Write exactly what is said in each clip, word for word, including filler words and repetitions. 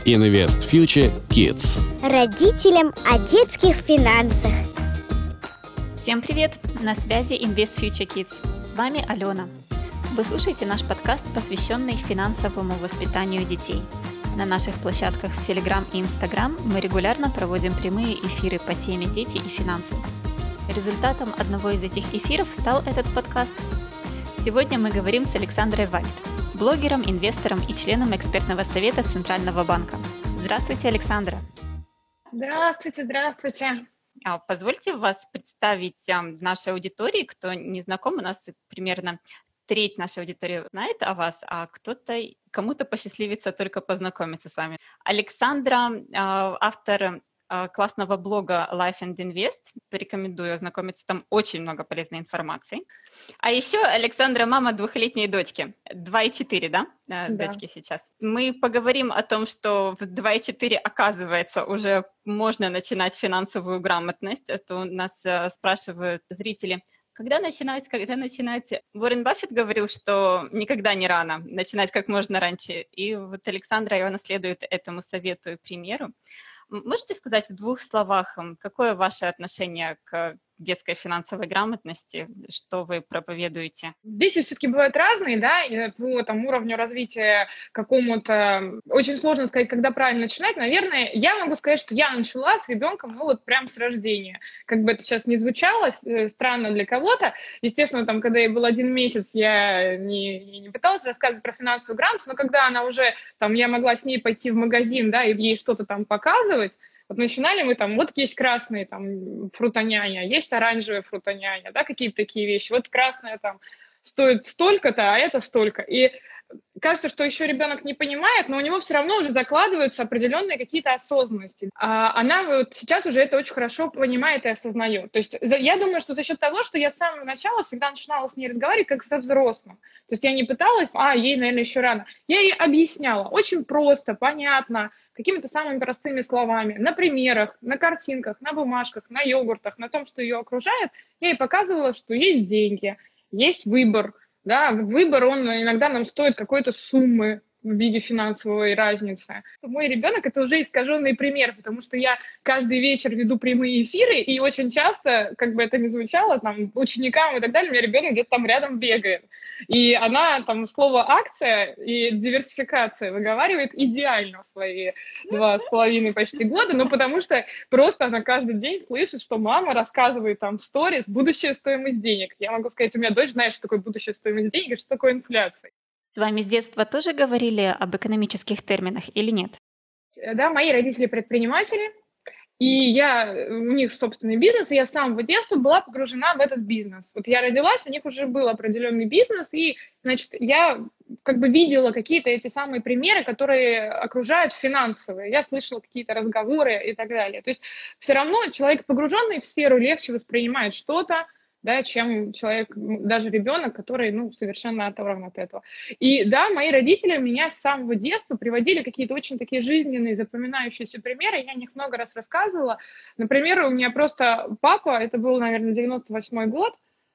Invest Future Kids. Родителям о детских финансах. Всем привет! На связи Invest Future Kids. С вами Алена. Вы слушаете наш подкаст, посвященный финансовому воспитанию детей. На наших площадках в Telegram и Instagram мы регулярно проводим прямые эфиры по теме «Дети и финансы». Результатом одного из этих эфиров стал этот подкаст. Сегодня мы говорим с Александрой Вальд, блогером, инвестором и членом экспертного совета Центрального банка. Здравствуйте, Александра. Здравствуйте, здравствуйте. Позвольте вас представить нашей аудитории, кто не знаком. У нас примерно треть нашей аудитории знает о вас, а кто-то, кому-то посчастливится только познакомиться с вами. Александра, автор классного блога Life and Invest. Порекомендую ознакомиться, там очень много полезной информации. А еще Александра мама двухлетней дочки, два и четыре, да? Да. Дочки сейчас. Мы поговорим о том, что в два и четыре, оказывается, уже можно начинать финансовую грамотность. Это у нас спрашивают зрители. Когда начинать, когда начинать? Уоррен Баффет говорил, что никогда не рано, начинать как можно раньше. И вот Александра его наследует этому совету и примеру. Можете сказать в двух словах, какое ваше отношение к детской финансовой грамотности, что вы проповедуете? Дети все-таки бывают разные, да, и по там, уровню развития какому-то очень сложно сказать, когда правильно начинать. Наверное, я могу сказать, что я начала с ребенком, ну вот прям с рождения. Как бы это сейчас не звучало, странно для кого-то. Естественно, там, когда ей был один месяц, я не, не пыталась рассказывать про финансовую грамотность, но когда она уже, там, я могла с ней пойти в магазин, да, и ей что-то там показывать. Вот начинали мы там, вот есть красные там фрутоняня, есть оранжевые фрутоняня, да, какие-то такие вещи. Вот красная там стоит столько-то, а это столько. И кажется, что еще ребенок не понимает, но у него все равно уже закладываются определенные какие-то осознанности. А она вот сейчас уже это очень хорошо понимает и осознает. То есть я думаю, что за счет того, что я с самого начала всегда начинала с ней разговаривать как со взрослым. То есть я не пыталась, а ей, наверное, еще рано. Я ей объясняла очень просто, понятно, какими-то самыми простыми словами, на примерах, на картинках, на бумажках, на йогуртах, на том, что ее окружает. Я ей показывала, что есть деньги, есть выбор. Да, выбор, он иногда нам стоит какой-то суммы в виде финансовой разницы. Мой ребенок — это уже искаженный пример, потому что я каждый вечер веду прямые эфиры, и очень часто, как бы это ни звучало, там, ученикам и так далее, у меня ребенок где-то там рядом бегает. И она там слово «акция» и «диверсификация» выговаривает идеально в свои два с половиной почти года, ну, потому что просто она каждый день слышит, что мама рассказывает там в сторис «будущая стоимость денег». Я могу сказать, у меня дочь знает, что такое будущая стоимость денег и что такое инфляция. С вами с детства тоже говорили об экономических терминах или нет? Да, мои родители предприниматели, и я, у них собственный бизнес, и я с самого детства была погружена в этот бизнес. Вот я родилась, у них уже был определенный бизнес, и, значит, я как бы видела какие-то эти самые примеры, которые окружают финансовые. Я слышала какие-то разговоры и так далее. То есть все равно человек, погруженный в сферу, легче воспринимает что-то, да, чем человек, даже ребенок, который, ну, совершенно оторван от этого. И да, мои родители меня с самого детства приводили какие-то очень такие жизненные, запоминающиеся примеры, я о них много раз рассказывала. Например, у меня просто папа, это был, наверное, девяносто восьмой год,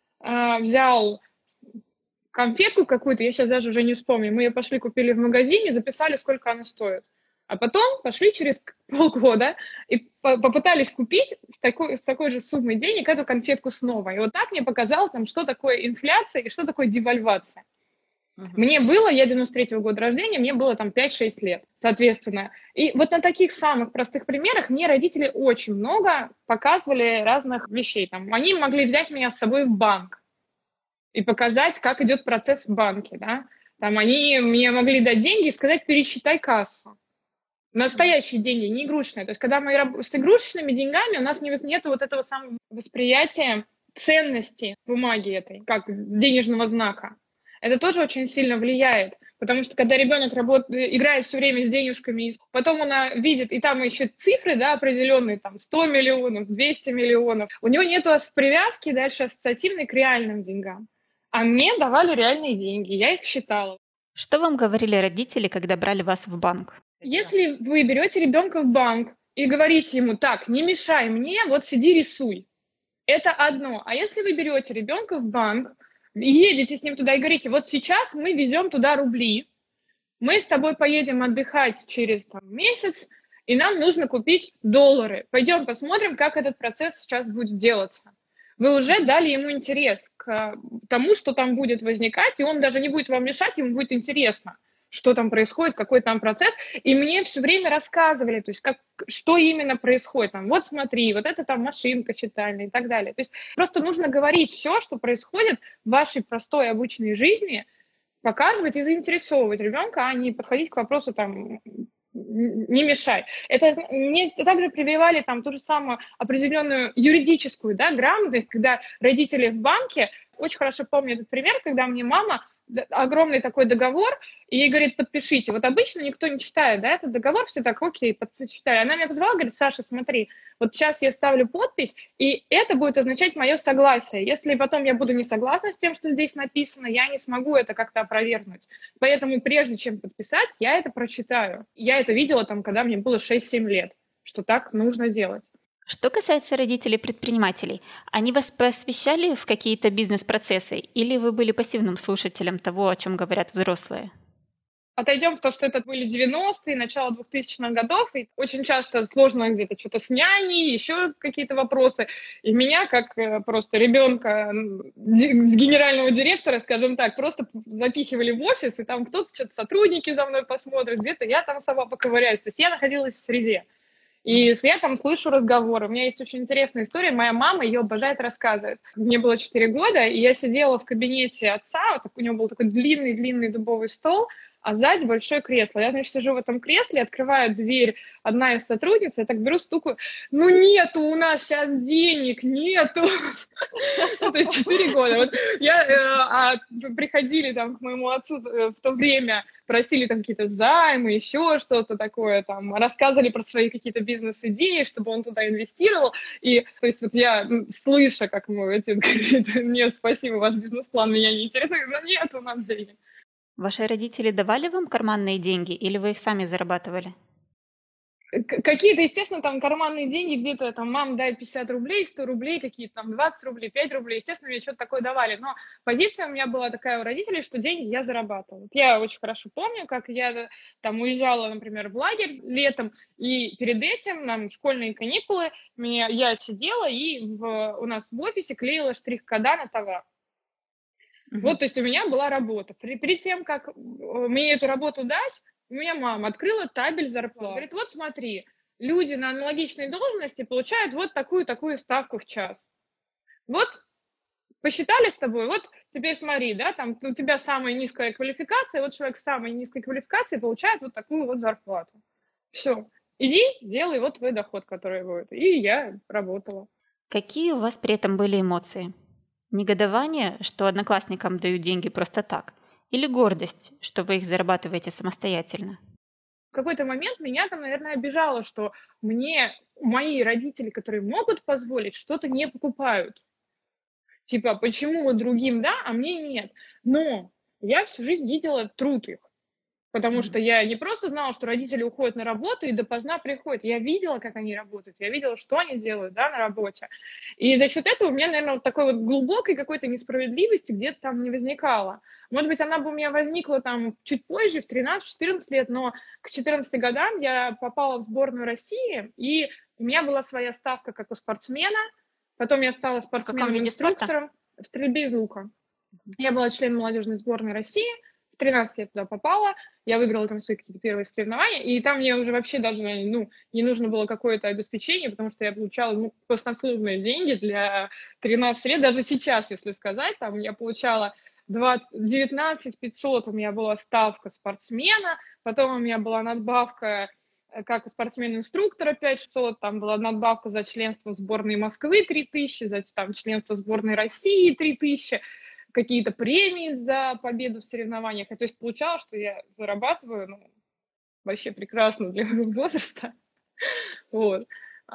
взял конфетку какую-то, я сейчас даже уже не вспомню, мы ее пошли купили в магазине, записали, сколько она стоит. А потом пошли через полгода и попытались купить с такой, с такой же суммой денег эту конфетку снова. И вот так мне показалось, там, что такое инфляция и что такое девальвация. Uh-huh. Мне было, я девяносто третьего года рождения, мне было там пять-шесть лет, соответственно. И вот на таких самых простых примерах мне родители очень много показывали разных вещей. Там, они могли взять меня с собой в банк и показать, как идет процесс в банке. Да? Там, они мне могли дать деньги и сказать, пересчитай кассу. Настоящие деньги, не игрушечные. То есть, когда мы работаем с игрушечными деньгами, у нас нет вот этого самого восприятия ценности бумаги этой, как денежного знака. Это тоже очень сильно влияет, потому что когда ребенок работает, играет все время с денежками, потом она видит, и там еще цифры, да, определенные, там сто миллионов, двести миллионов, у него нет привязки дальше ассоциативной к реальным деньгам. А мне давали реальные деньги, я их считала. Что вам говорили родители, когда брали вас в банк? Если вы берете ребенка в банк и говорите ему, так, не мешай мне, вот сиди рисуй, это одно. А если вы берете ребенка в банк, едете с ним туда и говорите, вот сейчас мы везем туда рубли, мы с тобой поедем отдыхать через там, месяц, и нам нужно купить доллары. Пойдем посмотрим, как этот процесс сейчас будет делаться. Вы уже дали ему интерес к тому, что там будет возникать, и он даже не будет вам мешать, ему будет интересно, что там происходит, какой там процесс. И мне все время рассказывали, то есть как, что именно происходит. Там, вот смотри, вот это там машинка читальная и так далее. То есть просто нужно говорить все, что происходит в вашей простой обычной жизни, показывать и заинтересовывать ребенка, а не подходить к вопросу там не мешай. Это мне также прививали там ту же самую определенную юридическую, да, грамотность, когда родители в банке, очень хорошо помню этот пример, когда мне мама огромный такой договор, и ей говорит, подпишите. Вот обычно никто не читает, да, этот договор, все так, окей, подпишите. Она меня позвала, говорит, Саша, смотри, вот сейчас я ставлю подпись, и это будет означать мое согласие. Если потом я буду не согласна с тем, что здесь написано, я не смогу это как-то опровергнуть. Поэтому прежде чем подписать, я это прочитаю. Я это видела там, когда мне было шесть-семь лет, что так нужно делать. Что касается родителей-предпринимателей, они вас посвящали в какие-то бизнес-процессы или вы были пассивным слушателем того, о чем говорят взрослые? Отойдем в то, что это были девяностые, начало двухтысячных годов, и очень часто сложно где-то что-то с няней, еще какие-то вопросы. И меня, как просто ребенка с генерального директора, скажем так, просто запихивали в офис, и там кто-то что-то, сотрудники за мной посмотрят, где-то я там сама поковыряюсь. То есть я находилась в среде. И я там слышу разговоры. У меня есть очень интересная история. Моя мама ее обожает рассказывать. Мне было четыре года, и я сидела в кабинете отца. Вот у него был такой длинный-длинный дубовый стол, а сзади большое кресло. Я, значит, сижу в этом кресле, открываю дверь одна из сотрудниц, я так беру, стукаю. Ну, нету у нас сейчас денег, нету. То есть четыре года. Вот я приходили там к моему отцу в то время, просили там какие-то займы, еще что-то такое, там, рассказывали про свои какие-то бизнес-идеи, чтобы он туда инвестировал. И, то есть, вот я, слыша, как мой отец говорит, нет, спасибо, ваш бизнес-план меня не интересует, но нет у нас денег. Ваши родители давали вам карманные деньги или вы их сами зарабатывали? Какие-то, естественно, там карманные деньги, где-то там, мам, дай пятьдесят рублей, сто рублей, какие-то там двадцать рублей, пять рублей, естественно, мне что-то такое давали, но позиция у меня была такая у родителей, что деньги я зарабатывала. Я очень хорошо помню, как я там уезжала, например, в лагерь летом, и перед этим, нам школьные каникулы, меня, я сидела и в, у нас в офисе клеила штрих-кода на товар. Uh-huh. Вот, то есть у меня была работа. При, при тем, как мне эту работу дать, у меня мама открыла табель зарплат. Говорит, вот смотри, люди на аналогичной должности получают вот такую-такую ставку в час. Вот посчитали с тобой, вот теперь смотри, да, там у тебя самая низкая квалификация, вот человек с самой низкой квалификацией получает вот такую вот зарплату. Все, иди, делай вот твой доход, который будет. И я работала. Какие у вас при этом были эмоции? Негодование, что одноклассникам дают деньги просто так? Или гордость, что вы их зарабатываете самостоятельно? В какой-то момент меня там, наверное, обижало, что мне мои родители, которые могут позволить, что-то не покупают. Типа, почему вот другим да, а мне нет? Но я всю жизнь видела труд их. Потому mm-hmm. что я не просто знала, что родители уходят на работу и допоздна приходят. Я видела, как они работают, я видела, что они делают, да, на работе. И за счет этого у меня, наверное, вот такой вот глубокой какой-то несправедливости где-то там не возникало. Может быть, она бы у меня возникла там чуть позже, в тринадцать-четырнадцать лет, но к четырнадцати годам я попала в сборную России, и у меня была своя ставка, как у спортсмена. Потом я стала спортсменом-инструктором в стрельбе из лука. Mm-hmm. Я была членом молодежной сборной России. В тринадцать я туда попала, я выиграла там свои какие-то первые соревнования, и там мне уже вообще даже ну, не нужно было какое-то обеспечение, потому что я получала ну, баснословные деньги для тринадцати лет, даже сейчас, если сказать, там я получала девятнадцать пятьсот, у меня была ставка спортсмена, потом у меня была надбавка как спортсмена-инструктора пять шестьсот, там была надбавка за членство в сборной Москвы три тысячи, за там, членство в сборной России три тысячи, какие-то премии за победу в соревнованиях. То есть получалось, что я зарабатываю ну, вообще прекрасно для возраста. Вот.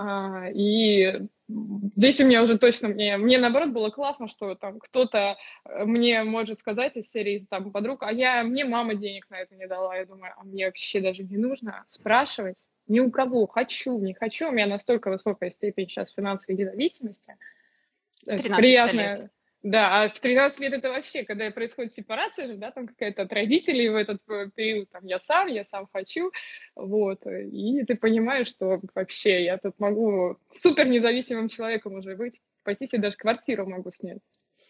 А, и здесь у меня уже точно, мне, мне наоборот было классно, что там кто-то мне может сказать из серии там, подруг, а я, мне мама денег на это не дала. Я думаю, а мне вообще даже не нужно спрашивать ни у кого, хочу, не хочу. У меня настолько высокая степень сейчас финансовой независимости. Приятная. Да, а в тринадцать лет это вообще, когда происходит сепарация же, да, там какая-то от родителей в этот э, период, там, я сам, я сам хочу, вот, и ты понимаешь, что вообще я тут могу супер независимым человеком уже быть, пойти себе даже квартиру могу снять.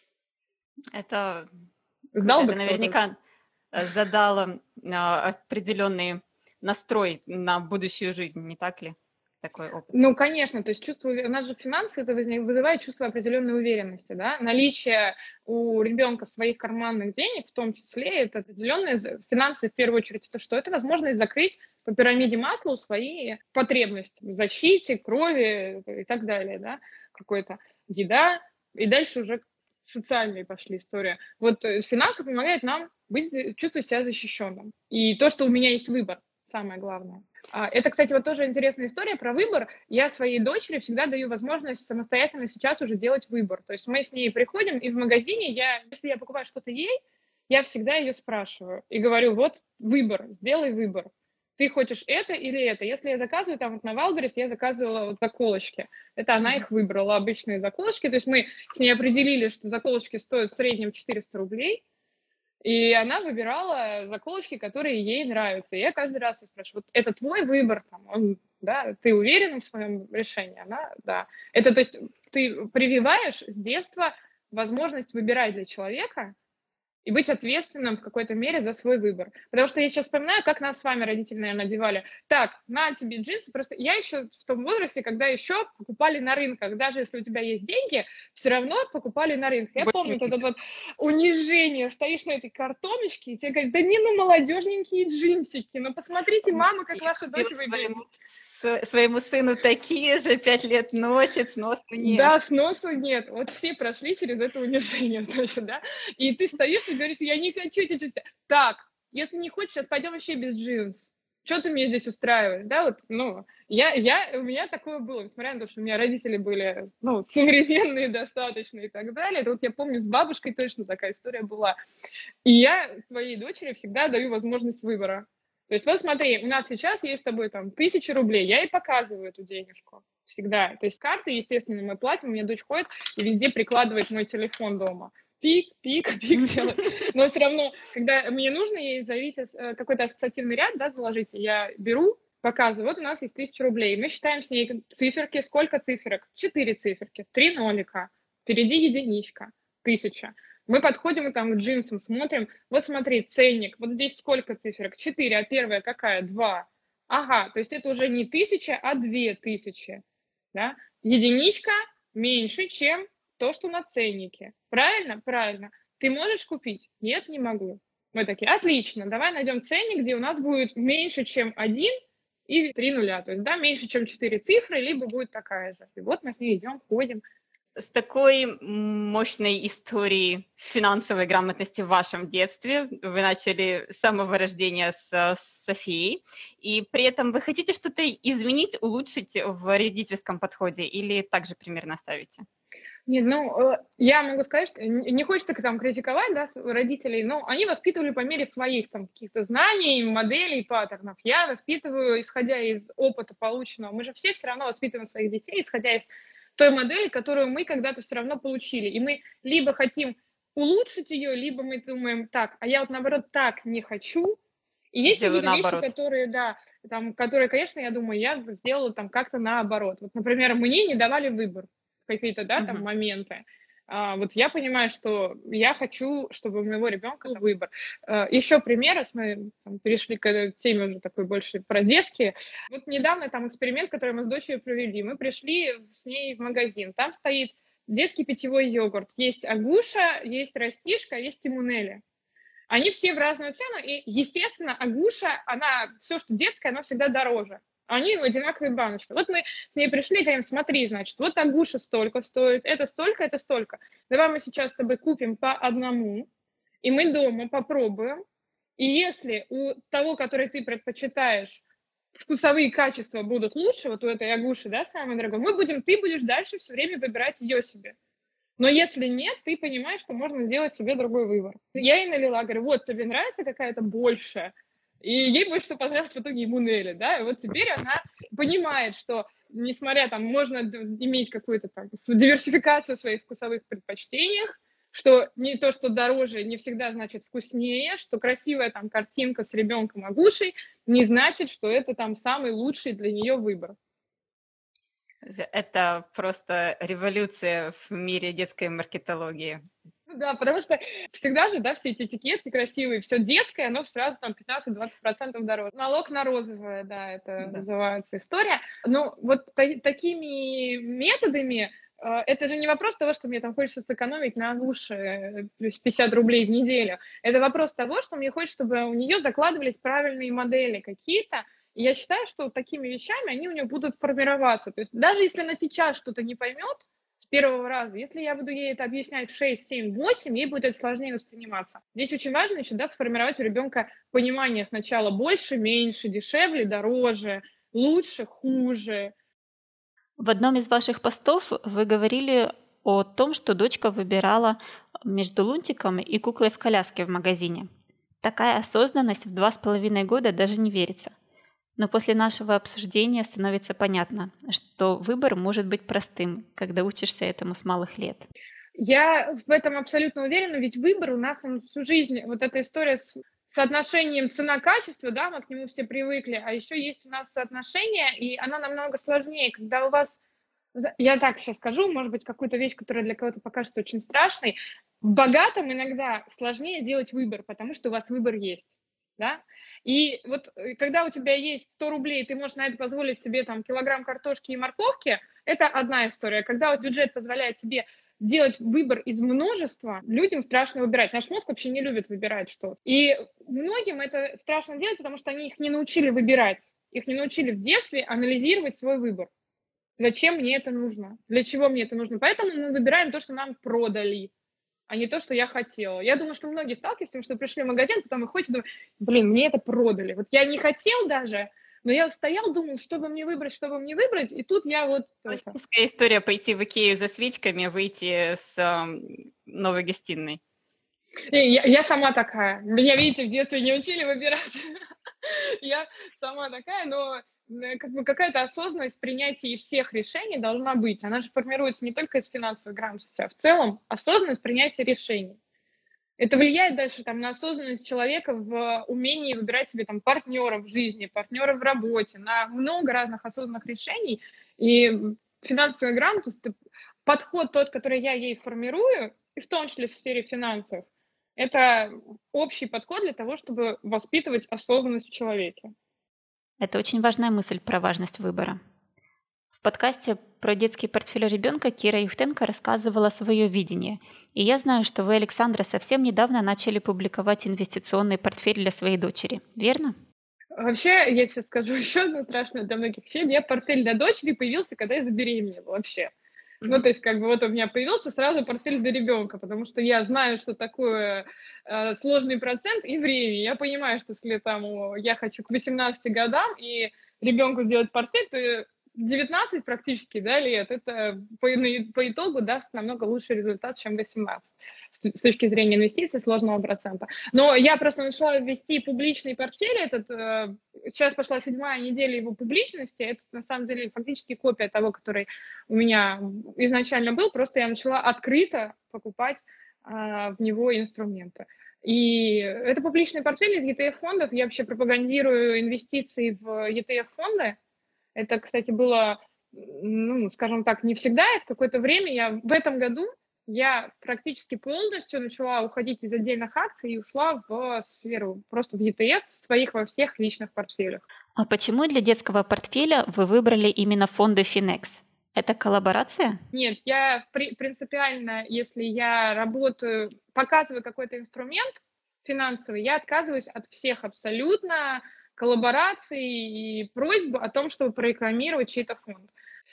Это, Сдал бы это кто-то. наверняка задало а, определенный настрой на будущую жизнь, не так ли? Такой опыт. Ну, конечно, то есть чувство, у нас же финансы, это вызывает чувство определенной уверенности, да, наличие у ребенка своих карманных денег, в том числе, это определенные финансы, в первую очередь, это что? Это возможность закрыть по пирамиде Маслоу свои потребности в защите, крови и так далее, да, какой-то еда, и дальше уже социальные пошли история. Вот финансы помогают нам быть, чувствовать себя защищенным. И то, что у меня есть выбор, самое главное. Это, кстати, вот тоже интересная история про выбор. Я своей дочери всегда даю возможность самостоятельно сейчас уже делать выбор. То есть мы с ней приходим, и в магазине, я, если я покупаю что-то ей, я всегда ее спрашиваю и говорю, вот выбор, сделай выбор. Ты хочешь это или это? Если я заказываю, там вот на Валберес я заказывала вот заколочки. Это она их выбрала, обычные заколочки. То есть мы с ней определили, что заколочки стоят в среднем четыреста рублей. И она выбирала заколочки, которые ей нравятся. И я каждый раз спрашиваю, вот это твой выбор, там, он, да, ты уверена в своем решении? Она, да. Это, то есть, ты прививаешь с детства возможность выбирать для человека и быть ответственным в какой-то мере за свой выбор. Потому что я сейчас вспоминаю, как нас с вами родители, наверное, одевали. Так, на тебе джинсы. Просто я еще в том возрасте, когда еще покупали на рынках. Даже если у тебя есть деньги, все равно покупали на рынках. Я помню это вот унижение. Стоишь на этой картоночке, и тебе говорят, да не, ну молодежненькие джинсики. Ну посмотрите, мама, как ваша дочь выглядит. Своему сыну такие же, пять лет носит, сносу нет. Да, сносу нет. Вот все прошли через это унижение тоже, да. И ты стоишь и говоришь, я не хочу тебя. Так, если не хочешь, сейчас пойдем вообще без джинс. Что ты мне здесь устраиваешь, да, вот, ну, я, я, у меня такое было, несмотря на то, что у меня родители были, ну, современные достаточно и так далее, это вот я помню, с бабушкой точно такая история была. И я своей дочери всегда даю возможность выбора. То есть вот смотри, у нас сейчас есть с тобой там тысяча рублей, я ей показываю эту денежку всегда. То есть карты, естественно, мы платим, у меня дочь ходит и везде прикладывает мой телефон дома. Пик, пик, пик делает. Но все равно, когда мне нужно ей заявить какой-то ассоциативный ряд, да, заложить, я беру, показываю, вот у нас есть тысяча рублей. Мы считаем с ней циферки, сколько циферок? Четыре циферки, три нолика, впереди единичка, тысяча. Мы подходим там к джинсам, смотрим, вот смотри, ценник, вот здесь сколько циферок? Четыре, а первая какая? Два. Ага, то есть это уже не тысяча, а две тысячи. Да? Единичка меньше, чем то, что на ценнике. Правильно? Правильно. Ты можешь купить? Нет, не могу. Мы такие, отлично, давай найдем ценник, где у нас будет меньше, чем один и три нуля. То есть, да, меньше, чем четыре цифры, либо будет такая же. И вот мы с ней идем, ходим. С такой мощной историей финансовой грамотности в вашем детстве вы начали с самого рождения с, с Софией, и при этом вы хотите что-то изменить, улучшить в родительском подходе или также примерно оставите? Нет, ну, я могу сказать, что не хочется там критиковать, да, родителей, но они воспитывали по мере своих там каких-то знаний, моделей, паттернов. Я воспитываю, исходя из опыта полученного. Мы же все все равно воспитываем своих детей, исходя из той модели, которую мы когда-то все равно получили. И мы либо хотим улучшить ее, либо мы думаем так, а я вот наоборот так не хочу. И есть какие-то вещи, которые, да, там, которые, конечно, я думаю, я сделала там как-то наоборот. Вот, например, мне не давали выбор какие-то, да, там, uh-huh. моменты. А, вот я понимаю, что я хочу, чтобы у моего ребенка был выбор. А, еще пример, раз мы там, перешли к теме уже такой больше про детские. Вот недавно там эксперимент, который мы с дочерью провели. Мы пришли с ней в магазин. Там стоит детский питьевой йогурт. Есть Агуша, есть Растишка, есть Тимунели. Они все в разную цену, и, естественно, Агуша, она, все, что детское, оно всегда дороже. Они одинаковые баночки. Вот мы с ней пришли и говорим, смотри, значит, вот Агуша столько стоит, это столько, это столько. Давай мы сейчас с тобой купим по одному, и мы дома попробуем. И если у того, который ты предпочитаешь, вкусовые качества будут лучше, вот у этой Агуши, да, самой дорогой, мы будем, ты будешь дальше все время выбирать ее себе. Но если нет, ты понимаешь, что можно сделать себе другой выбор. Я ей налила, говорю, вот тебе нравится какая-то большая? И ей больше всего понравилось в итоге Имунели, да, и вот теперь она понимает, что, несмотря там, можно иметь какую-то там диверсификацию в своих вкусовых предпочтениях, что не то, что дороже, не всегда значит вкуснее, что красивая там картинка с ребенком Агушей не значит, что это там самый лучший для нее выбор. Это просто революция в мире детской маркетологии. Да, потому что всегда же, да, все эти этикетки красивые, все детское, оно сразу там пятнадцать-двадцать процентов дороже. Налог на розовое, да, это да. называется история. Но вот та- такими методами э, это же не вопрос того, что мне там хочется сэкономить на уши плюс пятьдесят рублей в неделю. Это вопрос того, что мне хочется, чтобы у нее закладывались правильные модели какие-то. И я считаю, что такими вещами они у нее будут формироваться. То есть даже если она сейчас что-то не поймет, первого раза. Если я буду ей это объяснять в шесть, семь, восемь, ей будет это сложнее восприниматься. Здесь очень важно еще, да, сформировать у ребенка понимание сначала больше, меньше, дешевле, дороже, лучше, хуже. В одном из ваших постов вы говорили о том, что дочка выбирала между лунтиком и куклой в коляске в магазине. Такая осознанность в два с половиной года даже не верится. Но после нашего обсуждения становится понятно, что выбор может быть простым, когда учишься этому с малых лет. Я в этом абсолютно уверена, ведь выбор у нас он всю жизнь, вот эта история с соотношением цена-качество, да, мы к нему все привыкли, а еще есть у нас соотношение, и оно намного сложнее, когда у вас, я так сейчас скажу, может быть, какую-то вещь, которая для кого-то покажется очень страшной, в богатом иногда сложнее делать выбор, потому что у вас выбор есть. Да? И вот когда у тебя есть сто рублей, ты можешь на это позволить себе там килограмм картошки и морковки, это одна история. Когда вот бюджет позволяет тебе делать выбор из множества, людям страшно выбирать. Наш мозг вообще не любит выбирать что-то. И многим это страшно делать, потому что они их не научили выбирать. Их не научили в детстве анализировать свой выбор. Зачем мне это нужно? Для чего мне это нужно? Поэтому мы выбираем то, что нам продали, а не то, что я хотела. Я думаю, что многие сталкиваются с тем, что пришли в магазин, потом выходят и думают, блин, мне это продали. Вот я не хотел даже, но я стоял, думал, что бы мне выбрать, что бы мне выбрать, и тут я вот... Классическая история пойти в Икею за свечками, выйти с э, новой гостиной. Я, я сама такая. Меня, видите, в детстве не учили выбирать. Я сама такая, но как бы какая-то осознанность принятия всех решений должна быть. Она же формируется не только из финансовой грамотности, а в целом осознанность принятия решений. Это влияет дальше там, на осознанность человека в умении выбирать себе там, партнеров в жизни, партнеров в работе, на много разных осознанных решений. И финансовая грамотность, подход тот, который я ей формирую, и в том числе в сфере финансов, это общий подход для того, чтобы воспитывать осознанность в человеке. Это очень важная мысль про важность выбора. В подкасте про детский портфель ребенка Кира Юхтенко рассказывала свое видение. И я знаю, что вы, Александра, совсем недавно начали публиковать инвестиционный портфель для своей дочери. Верно? Вообще, я сейчас скажу еще одну страшную для многих вещей. У меня портфель для дочери появился, когда я забеременела вообще. Mm-hmm. Ну, то есть, как бы вот у меня появился сразу портфель для ребенка, потому что я знаю, что такое э, сложный процент и время. Я понимаю, что если там я хочу к восемнадцати годам и ребенку сделать портфель, то девятнадцать практически, да, лет, это по, по итогу даст намного лучший результат, чем восемнадцать с точки зрения инвестиций сложного процента. Но я просто начала вести публичный портфель, этот, э, сейчас пошла седьмая неделя его публичности, это на самом деле фактически копия того, который у меня изначально был, просто я начала открыто покупать э, в него инструменты. И это публичный портфель из и ти эф-фондов, я вообще пропагандирую инвестиции в и ти эф-фонды. Это, кстати, было, ну, скажем так, не всегда. И в какое-то время я в этом году я практически полностью начала уходить из отдельных акций и ушла в сферу просто в и ти эф, в своих во всех личных портфелях. А почему для детского портфеля вы выбрали именно фонды Finex? Это коллаборация? Нет, я принципиально, если я работаю, показываю какой-то инструмент финансовый, я отказываюсь от всех абсолютно коллабораций и просьб о том, чтобы прорекламировать чей-то фонд.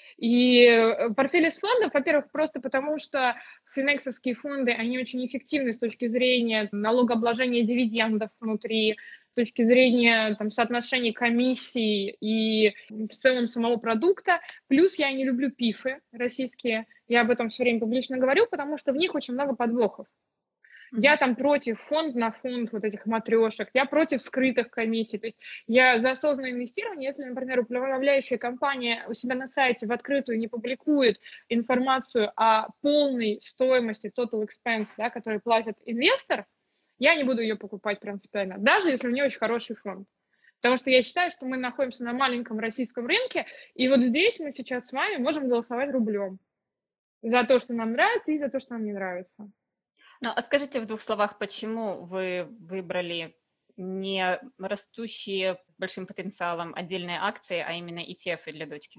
И портфель из фондов, во-первых, просто потому, что финексовские фонды, они очень эффективны с точки зрения налогообложения дивидендов внутри, с точки зрения там, соотношений комиссий и в целом самого продукта. Плюс я не люблю пифы российские, я об этом все время публично говорю, потому что в них очень много подвохов. Я там против фонд на фонд вот этих матрешек, я против скрытых комиссий. То есть я за осознанное инвестирование, если, например, управляющая компания у себя на сайте в открытую не публикует информацию о полной стоимости total expense, да, который платит инвестор, я не буду ее покупать принципиально, даже если у нее очень хороший фонд. Потому что я считаю, что мы находимся на маленьком российском рынке, и вот здесь мы сейчас с вами можем голосовать рублем за то, что нам нравится, и за то, что нам не нравится. Ну, а скажите в двух словах, почему вы выбрали не растущие с большим потенциалом отдельные акции, а именно и ти эф для дочки?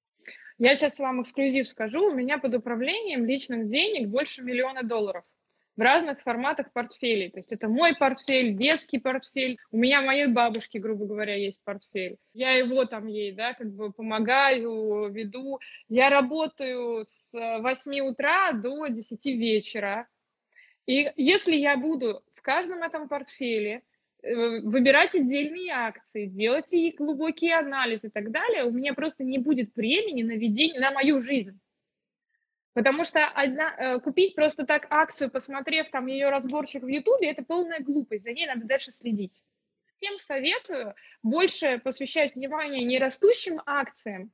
Я сейчас вам эксклюзив скажу. У меня под управлением личных денег больше миллиона долларов в разных форматах портфелей. То есть это мой портфель, детский портфель. У меня моей бабушки, грубо говоря, есть портфель. Я его там ей, да, как бы помогаю, веду. Я работаю с восьми утра до десяти вечера. И если я буду в каждом этом портфеле выбирать отдельные акции, делать их глубокий анализ и так далее, у меня просто не будет времени на ведение, на мою жизнь. Потому что одна, купить просто так акцию, посмотрев там ее разборчик в Ютубе, это полная глупость, за ней надо дальше следить. Всем советую больше посвящать внимание не растущим акциям,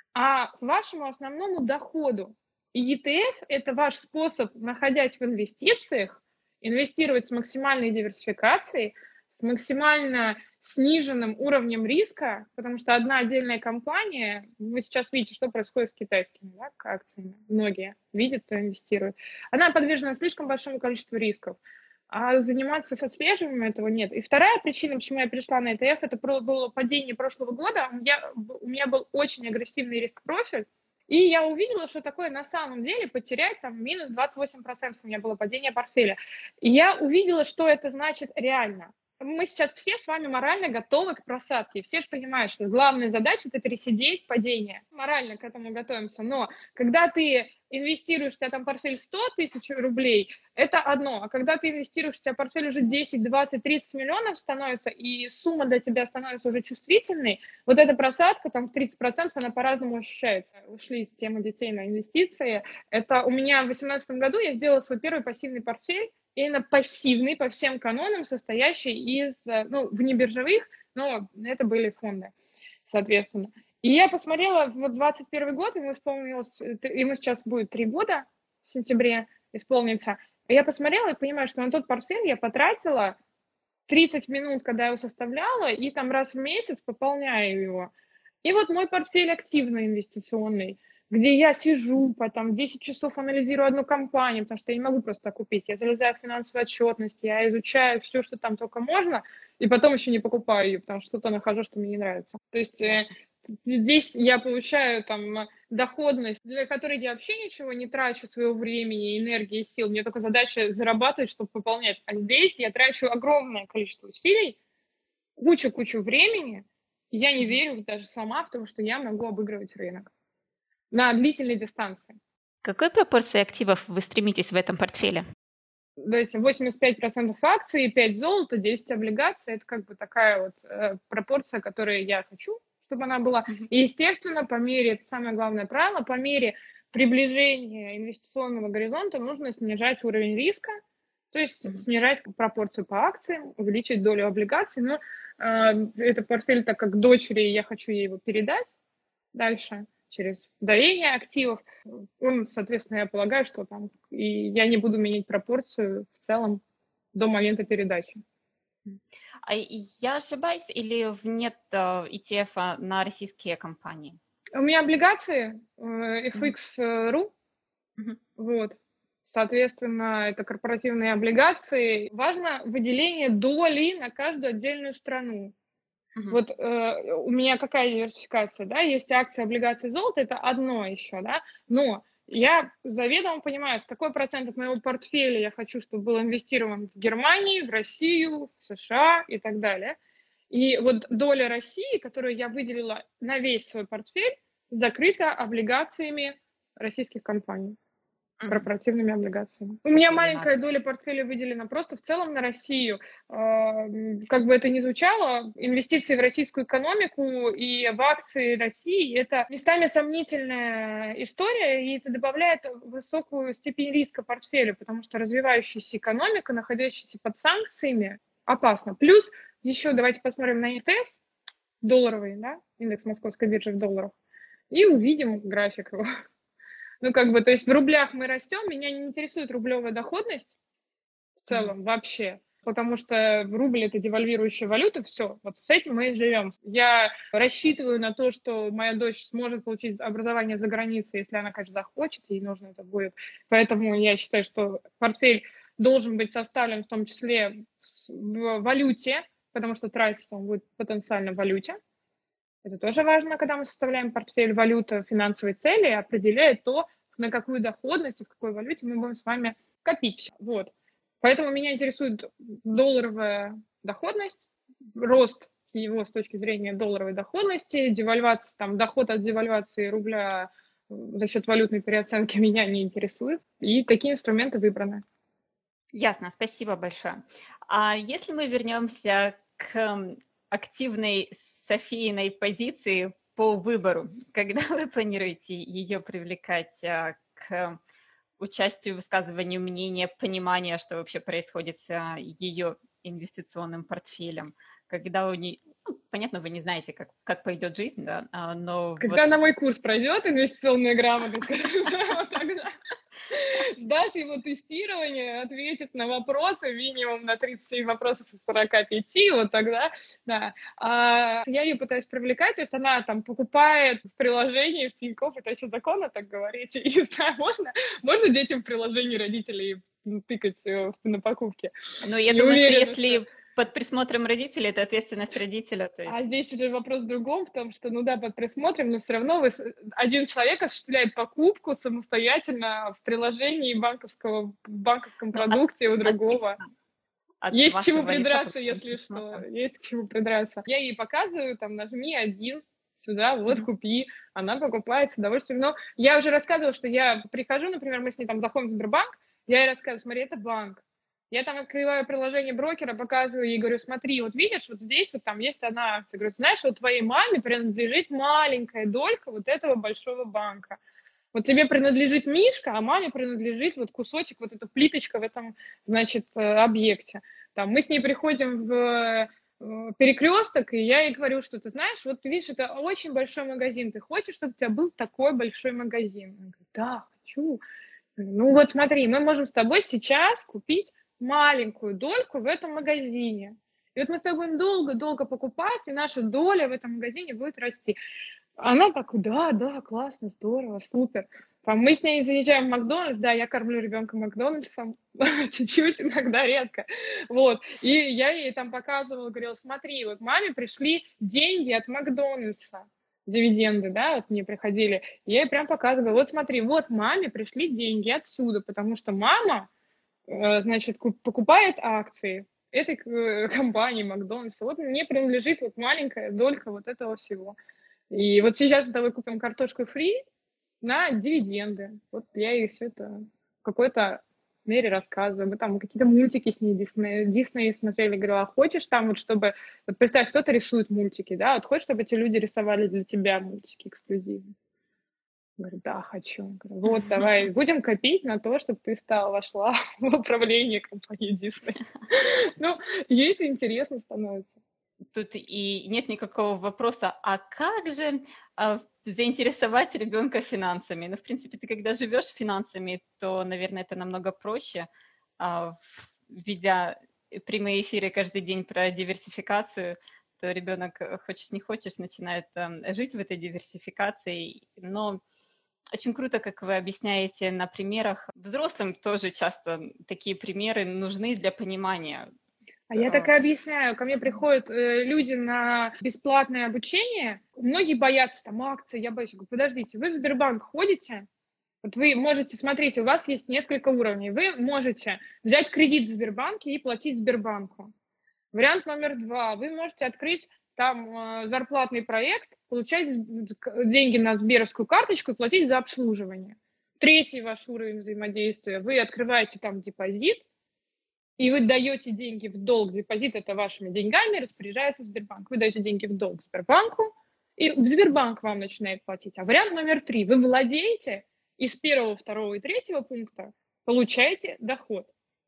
а вашему основному доходу. И и ти эф – это ваш способ, находясь в инвестициях, инвестировать с максимальной диверсификацией, с максимально сниженным уровнем риска, потому что одна отдельная компания, вы сейчас видите, что происходит с китайскими, да, акциями, многие видят, кто инвестирует, она подвержена слишком большому количеству рисков, а заниматься с отслеживанием этого нет. И вторая причина, почему я перешла на и ти эф, это было падение прошлого года, я, у меня был очень агрессивный риск-профиль, и я увидела, что такое на самом деле потерять там минус двадцать восемь процентов у меня было падение портфеля. И я увидела, что это значит реально. Мы сейчас все с вами морально готовы к просадке. И все понимают, что главная задача – это пересидеть падение. Морально к этому готовимся. Но когда ты инвестируешь, у тебя там портфель сто тысяч рублей, это одно. А когда ты инвестируешь, у тебя портфель уже десять, двадцать, тридцать миллионов становится, и сумма для тебя становится уже чувствительной, вот эта просадка, там тридцать процентов, она по-разному ощущается. Ушли с темы детей на инвестиции. Это у меня в две тысячи восемнадцатом году я сделала свой первый пассивный портфель, именно пассивный по всем канонам, состоящий из, ну, внебиржевых, но это были фонды, соответственно. И я посмотрела в двадцать первый год, ему исполнилось, ему сейчас будет три года, в сентябре исполнится. Я посмотрела и понимаю, что на тот портфель я потратила тридцать минут, когда я его составляла, и там раз в месяц пополняю его. И вот мой портфель активно инвестиционный, где я сижу, по там десять часов анализирую одну компанию, потому что я не могу просто так купить. Я залезаю в финансовую отчетность, я изучаю все, что там только можно, и потом еще не покупаю ее, потому что что-то нахожу, что мне не нравится. То есть э, здесь я получаю там доходность, для которой я вообще ничего не трачу своего времени, энергии, сил. Мне только задача зарабатывать, чтобы пополнять. А здесь я трачу огромное количество усилий, кучу-кучу времени, и я не верю даже сама в то, что я могу обыгрывать рынок на длительной дистанции. Какой пропорции активов вы стремитесь в этом портфеле? Давайте, восемьдесят пять процентов акций, пять золота, десять облигаций. Это как бы такая вот э, пропорция, которую я хочу, чтобы она была. И, естественно, по мере, это самое главное правило, по мере приближения инвестиционного горизонта нужно снижать уровень риска, то есть mm-hmm. снижать пропорцию по акциям, увеличить долю облигаций. Но э, это портфель, так как дочери, я хочу ей его передать дальше через дарение активов. Он, соответственно, я полагаю, что там и я не буду менять пропорцию в целом до момента передачи. А я ошибаюсь, или нет и ти эф на российские компании? У меня облигации эф икс точка ру, mm-hmm. вот. Соответственно, это корпоративные облигации. Важно выделение доли на каждую отдельную страну. Uh-huh. Вот э, у меня какая диверсификация, да, есть акции, облигации, золото, это одно еще, да, но я заведомо понимаю, с какой процент от моего портфеля я хочу, чтобы был инвестирован в Германию, в Россию, в США и так далее. И вот доля России, которую я выделила на весь свой портфель, закрыта облигациями российских компаний. корпоративными облигациями. У меня маленькая доля портфеля выделена просто в целом на Россию. Как бы это ни звучало, инвестиции в российскую экономику и в акции России – это местами сомнительная история, и это добавляет высокую степень риска портфелю, потому что развивающаяся экономика, находящаяся под санкциями, опасна. Плюс еще давайте посмотрим на ИТС, долларовый, да, индекс Московской биржи в долларах, и увидим график его. Ну, как бы, то есть в рублях мы растем, меня не интересует рублевая доходность в целом mm-hmm. вообще, потому что рубль – это девальвирующая валюта, все, вот с этим мы и живем. Я рассчитываю на то, что моя дочь сможет получить образование за границей, если она, конечно, захочет, ей нужно это будет. Поэтому я считаю, что портфель должен быть составлен в том числе в валюте, потому что тратить он будет потенциально в валюте. Это тоже важно, когда мы составляем портфель. Валюта финансовой цели определяет то, на какую доходность и в какой валюте мы будем с вами копить. Вот. Поэтому меня интересует долларовая доходность, рост его с точки зрения долларовой доходности, девальвация, там, доход от девальвации рубля за счет валютной переоценки меня не интересует. И такие инструменты выбраны. Ясно, спасибо большое. А если мы вернемся к активной Софийной позиции по выбору, когда вы планируете ее привлекать к участию, высказыванию мнения, понимания, что вообще происходит с ее инвестиционным портфелем, когда у нее, ну, понятно, вы не знаете, как, как пойдет жизнь, да, но... Когда вот... на мой курс пройдет инвестиционная грамотность, тогда сдаст его тестирование, ответит на вопросы, минимум на тридцать семь вопросов из сорока пяти, вот тогда, да. А я ее пытаюсь привлекать, то есть она там покупает в приложении в Тинькофф, это еще законно так говорить, и не знаю, можно, можно детям в приложении родителей тыкать на покупки? Ну, я думаю, что если... Под присмотром родителей это ответственность родителя. То есть... А здесь уже вопрос в другом, в том, что, ну да, под присмотром, но все равно вы, один человек осуществляет покупку самостоятельно в приложении банковского, в банковском продукте ну, от, у другого. От, есть от к чему придраться, если что. Есть к чему придраться. Я ей показываю, там, нажми один, сюда, вот, mm-hmm. купи. Она покупает с удовольствием. Но я уже рассказывала, что я прихожу, например, мы с ней там заходим в Сбербанк, я ей рассказываю, смотри, это банк. Я там открываю приложение брокера, показываю ей, говорю, смотри, вот видишь, вот здесь вот там есть одна акция. Говорю, знаешь, вот твоей маме принадлежит маленькая долька вот этого большого банка. Вот тебе принадлежит мишка, а маме принадлежит вот кусочек, вот эта плиточка в этом, значит, объекте. Там мы с ней приходим в перекресток, и я ей говорю, что ты знаешь, вот ты видишь, это очень большой магазин. Ты хочешь, чтобы у тебя был такой большой магазин? Она говорит, да, хочу. Ну вот смотри, мы можем с тобой сейчас купить маленькую дольку в этом магазине. И вот мы с тобой будем долго-долго покупать, и наша доля в этом магазине будет расти. Она так, да, да, классно, здорово, супер. Там мы с ней заезжаем в Макдональдс, да, я кормлю ребенка Макдональдсом, чуть-чуть, иногда редко. Вот. И я ей там показывала, говорила, смотри, вот маме пришли деньги от Макдональдса, дивиденды, да, вот мне приходили. Я ей прям показывала, вот смотри, вот маме пришли деньги отсюда, потому что мама, значит, покупает акции этой компании Макдональдс. Вот мне принадлежит вот маленькая долька вот этого всего. И вот сейчас с тобой купим картошку фри на дивиденды. Вот я ей все это в какой-то мере рассказываю. Мы там какие-то мультики с ней Дисней, Дисней смотрели. Говорю, а хочешь там вот, чтобы... Вот представь, кто-то рисует мультики, да? Вот хочешь, чтобы эти люди рисовали для тебя мультики эксклюзивно? Говорю, да, хочу. Говорю, вот, давай, будем копить на то, чтобы ты стала, вошла в управление компании Disney. Ну, ей это интересно становится. Тут и нет никакого вопроса, а как же а, заинтересовать ребенка финансами? Ну, в принципе, ты когда живешь финансами, то, наверное, это намного проще, а, ведя прямые эфиры каждый день про диверсификацию, то ребенок, хочешь не хочешь, начинает а, жить в этой диверсификации, но... Очень круто, как вы объясняете на примерах. Взрослым тоже часто такие примеры нужны для понимания. А я так и объясняю. Ко мне приходят э, люди на бесплатное обучение. Многие боятся там акций. Я боюсь. Говорю, подождите, вы в Сбербанк ходите? Вот вы можете, смотрите, у вас есть несколько уровней. Вы можете взять кредит в Сбербанке и платить Сбербанку. Вариант номер два. Вы можете открыть там зарплатный проект, получать деньги на сберовскую карточку и платить за обслуживание. Третий ваш уровень взаимодействия. Вы открываете там депозит, и вы даете деньги в долг. Депозит – это вашими деньгами распоряжается Сбербанк. Вы даете деньги в долг Сбербанку, и Сбербанк вам начинает платить. А вариант номер три. Вы владеете, и с первого, второго и третьего пункта получаете доход.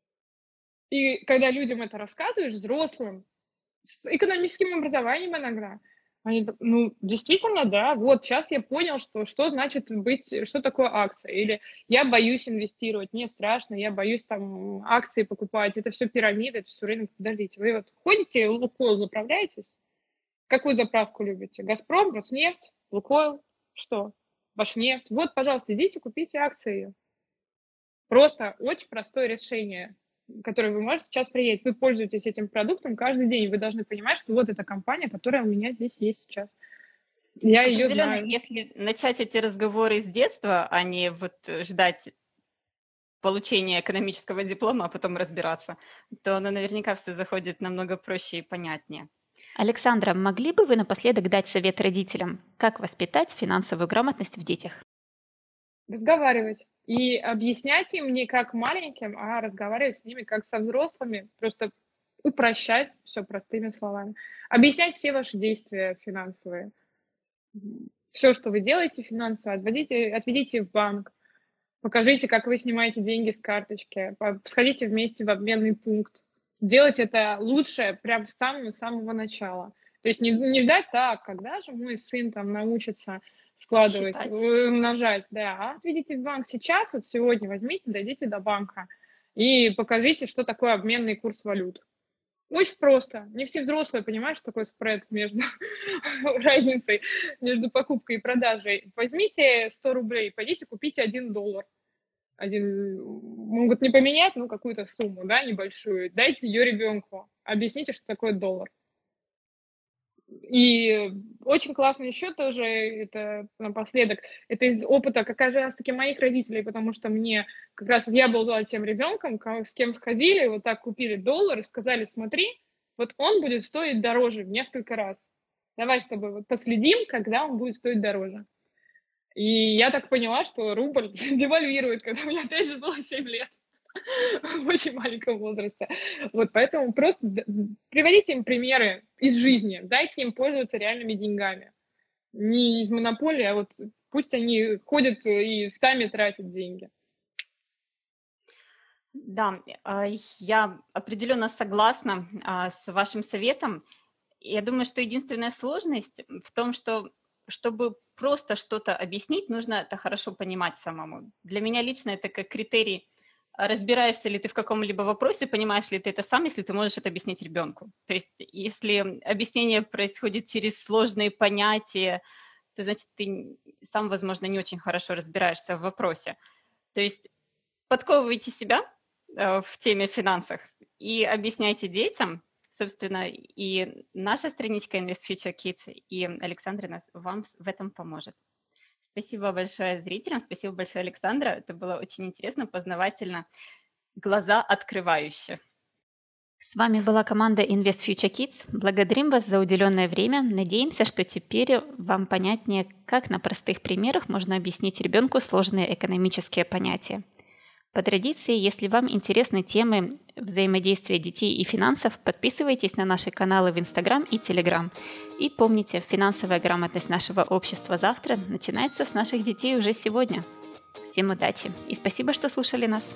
И когда людям это рассказываешь, взрослым, с экономическим образованием иногда, они, ну, действительно, да, вот сейчас я понял, что, что значит быть, что такое акция. Или я боюсь инвестировать, мне страшно, я боюсь там акции покупать, это все пирамида, это все рынок. Подождите, вы вот ходите, Лукойл заправляетесь? Какую заправку любите? Газпром, Роснефть, Лукойл, что? Башнефть. Вот, пожалуйста, идите, купите акции. Просто очень простое решение, которое вы можете сейчас применить. Вы пользуетесь этим продуктом каждый день. Вы должны понимать, что вот эта компания, которая у меня здесь есть сейчас. Я ее знаю. Если начать эти разговоры с детства, а не вот ждать получения экономического диплома, а потом разбираться, то оно наверняка все заходит намного проще и понятнее. Александра, могли бы вы напоследок дать совет родителям, как воспитать финансовую грамотность в детях? Разговаривать. И объяснять им не как маленьким, а разговаривать с ними как со взрослыми. Просто упрощать все простыми словами. Объяснять все ваши действия финансовые. Все, что вы делаете финансово, отведите, отведите в банк. Покажите, как вы снимаете деньги с карточки. Сходите вместе в обменный пункт. Делать это лучше прямо с самого-самого начала. То есть не, не ждать так, когда же мой сын там научится складывать, считать, умножать, да. А отведите в банк сейчас, вот сегодня возьмите, дойдите до банка и покажите, что такое обменный курс валют. Очень просто. Не все взрослые понимают, что такое спред между разницей между покупкой и продажей. Возьмите сто рублей, пойдите купите один доллар. Один, могут не поменять, ну, какую-то сумму, да, небольшую. Дайте ее ребенку. Объясните, что такое доллар. И очень классно еще тоже, это напоследок, это из опыта как раз-таки моих родителей, потому что мне как раз я была тем ребенком, с кем сходили, вот так купили доллар и сказали, смотри, вот он будет стоить дороже в несколько раз. Давай с тобой вот последим, когда он будет стоить дороже. И я так поняла, что рубль девальвирует, когда мне опять же было семь лет. В очень маленьком возрасте. Вот поэтому просто приводите им примеры из жизни, дайте им пользоваться реальными деньгами. Не из монополии, а вот пусть они ходят и сами тратят деньги. Да, я определенно согласна с вашим советом. Я думаю, что единственная сложность в том, что чтобы просто что-то объяснить, нужно это хорошо понимать самому. Для меня лично это как критерий, разбираешься ли ты в каком-либо вопросе, понимаешь ли ты это сам, если ты можешь это объяснить ребенку. То есть если объяснение происходит через сложные понятия, то значит ты сам, возможно, не очень хорошо разбираешься в вопросе. То есть подковывайте себя э, в теме финансов и объясняйте детям. Собственно, и наша страничка Invest Future Kids, и Александра нас, вам в этом поможет. Спасибо большое зрителям, спасибо большое, Александра. Это было очень интересно, познавательно, глаза открывающе. С вами была команда Invest Future Kids. Благодарим вас за уделенное время. Надеемся, что теперь вам понятнее, как на простых примерах можно объяснить ребенку сложные экономические понятия. По традиции, если вам интересны темы взаимодействия детей и финансов, подписывайтесь на наши каналы в Инстаграм и Телеграм. И помните, финансовая грамотность нашего общества завтра начинается с наших детей уже сегодня. Всем удачи и спасибо, что слушали нас.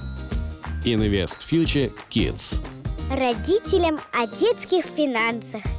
Invest Future Kids. Родителям о детских финансах.